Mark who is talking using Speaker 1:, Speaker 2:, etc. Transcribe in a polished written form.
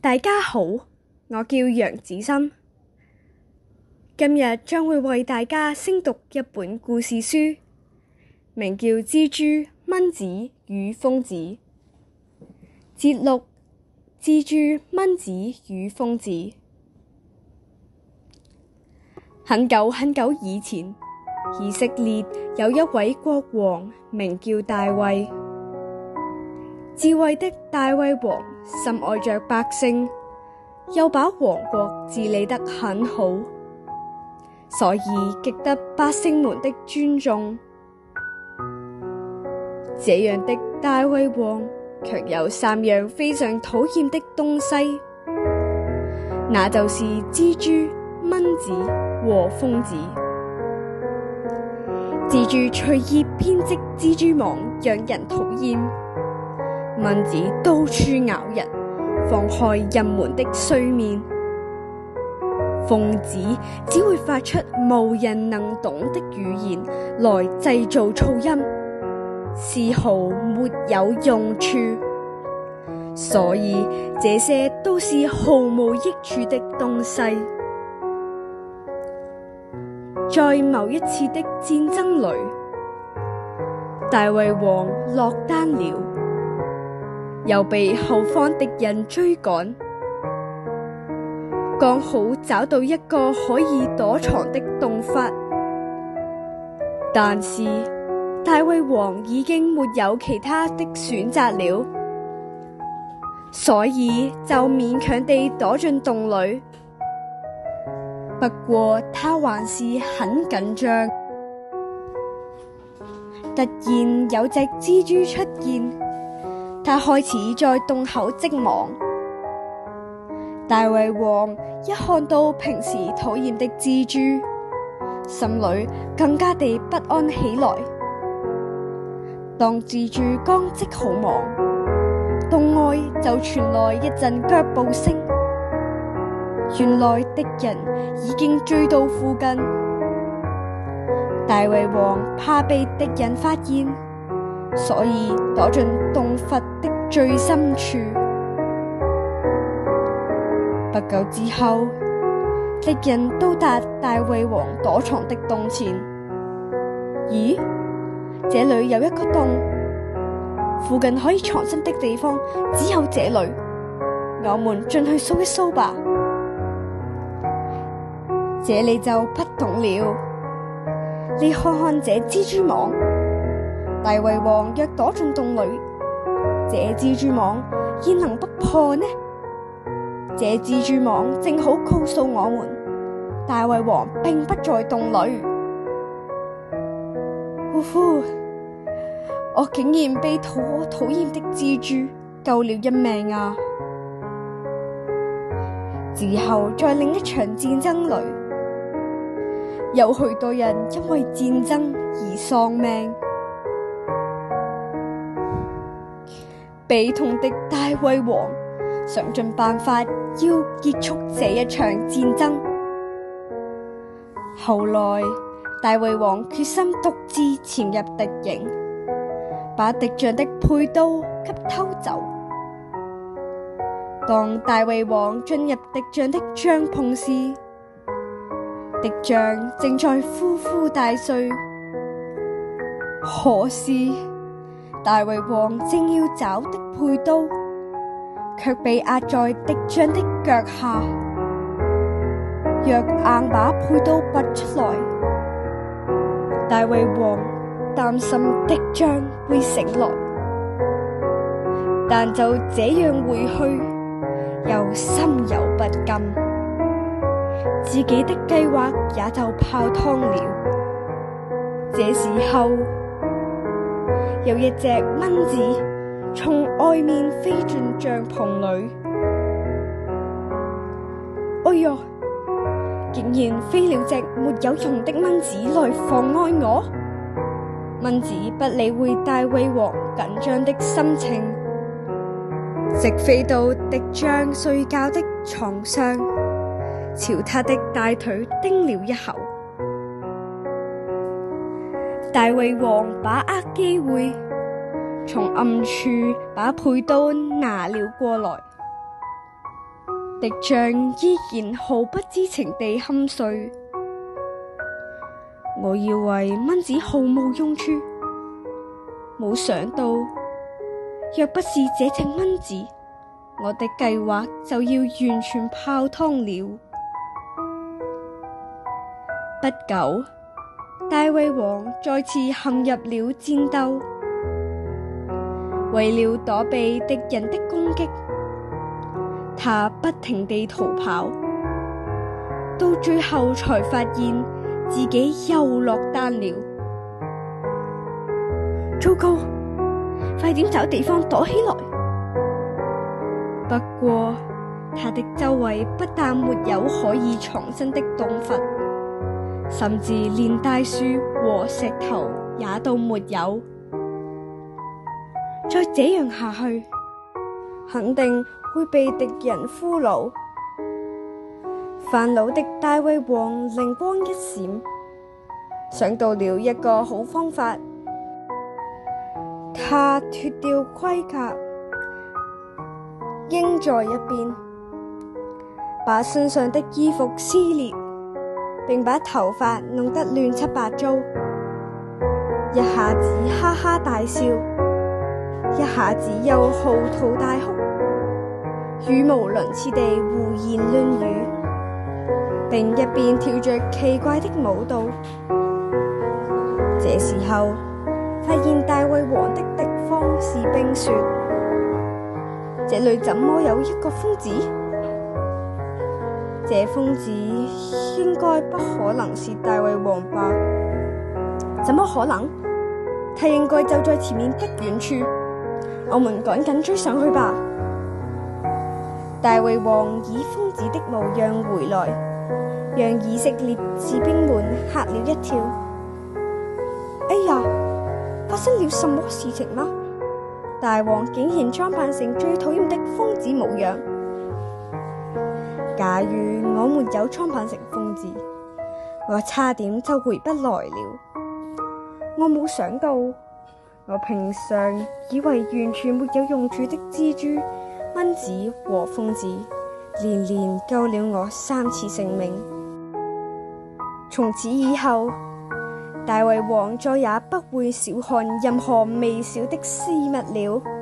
Speaker 1: 大家好，我叫楊子森，今日將會為大家聲讀一本故事書，名叫《蜘蛛、蚊子與瘋子》。節錄：蜘蛛、蚊子與瘋子。很久很久以前，以色列有一位國王，名叫大衛。智慧的大衛王深愛着百姓，又把王國治理得很好，所以極得百姓們的尊重。這樣的大衛王卻有3樣非常討厭的東西，那就是蜘蛛、蚊子和瘋子。蜘蛛隨意編織蜘蛛網，讓人討厭；蚊子到處咬人，妨害人們的睡眠；瘋子只會發出無人能懂的語言來製造噪音，絲毫沒有用處。所以這些都是毫無益處的東西。在某一次的戰爭裏，大衛王落單了，又被後方敵人追趕，剛好找到一個可以躲藏的洞法，但是大衛王已經沒有其他的選擇了，所以就勉強地躲進洞裏。不過他還是很緊張。突然有隻蜘蛛出現，他開始在洞口織網。大衛王一看到平時討厭的蜘蛛，心裏更加地不安起來。當蜘蛛剛織好網，洞外就傳來一陣腳步聲，原來敵人已經追到附近。大衛王怕被敵人發現，所以躲進洞窟的最深處。不久之後，敵人到達大衛王躲藏的洞前。咦，這裏有一個洞，附近可以藏身的地方只有這裏，我們進去搜一搜吧。這裡就不懂了，你看看這蜘蛛網，大衛王若躲進洞裡，這蜘蛛網焉能不破呢？這蜘蛛網正好告訴我們，大衛王並不在洞裡。呼呼，我竟然被我討厭的蜘蛛救了一命啊！之後在另一場戰爭裡，有許多人因為戰爭而喪命。悲痛的大衛王想盡辦法要結束這一場戰爭。後來大衛王決心獨自潛入敵營，把敵將的佩刀給偷走。當大衛王進入敵將的帳篷時，敵將正在呼呼大睡，可是大衛王正要找的佩刀卻被壓在敵將的腳下。若硬把佩刀拔出來，大衛王擔心敵將會醒來，但就這樣回去，又心有不甘。自己的計劃也就泡湯了。這時候，有一隻蚊子從外面飛進帳篷裡。哎呦，竟然飛了隻沒有用的蚊子來妨礙我！蚊子不理會大衛王緊張的心情，直飛到敵將睡覺的床上，朝他的大腿叮了一口。大衛王把握機會，從暗處把佩刀拿了過來。 敵將依然毫不知情地酣睡。我以為蚊子毫無用處，冇想到，若不是這隻蚊子，我的計劃就要完全泡湯了。不久，大衛王再次陷入了戰鬥。為了躲避敵人的攻擊，他不停地逃跑，到最後才發現自己又落單了。糟糕，快點找地方躲起來！不過，他的周圍不但沒有可以藏身的洞窟，甚至連大樹和石頭也都沒有。再這樣下去，肯定會被敵人俘虜。煩惱的大衛王靈光一閃，想到了一個好方法。他脫掉盔甲，扔在一邊，把身上的衣服撕裂，並把頭髮弄得亂七八糟，一下子哈哈大笑，一下子又嚎啕大哭，語無倫次地胡言亂語，並一邊跳着奇怪的舞蹈。這時候，發現大衛王的敵方士兵說：這裏怎麼有一個瘋子？這瘋子應該不可能是大衛王吧？怎麼可能？他應該就在前面不遠處，我們趕緊追上去吧。大衛王以瘋子的模樣回來，讓以色列士兵們嚇了一跳。哎呀，發生了什麼事情嗎？大王竟然裝扮成最討厭的瘋子模樣。假如我沒有裝扮成瘋子，我差點就回不來了。我冇想到，我平常以為完全沒有用處的蜘蛛、蚊子和瘋子，連連救了我3次性命。從此以後，大衛王再也不會小看任何微小的事物了。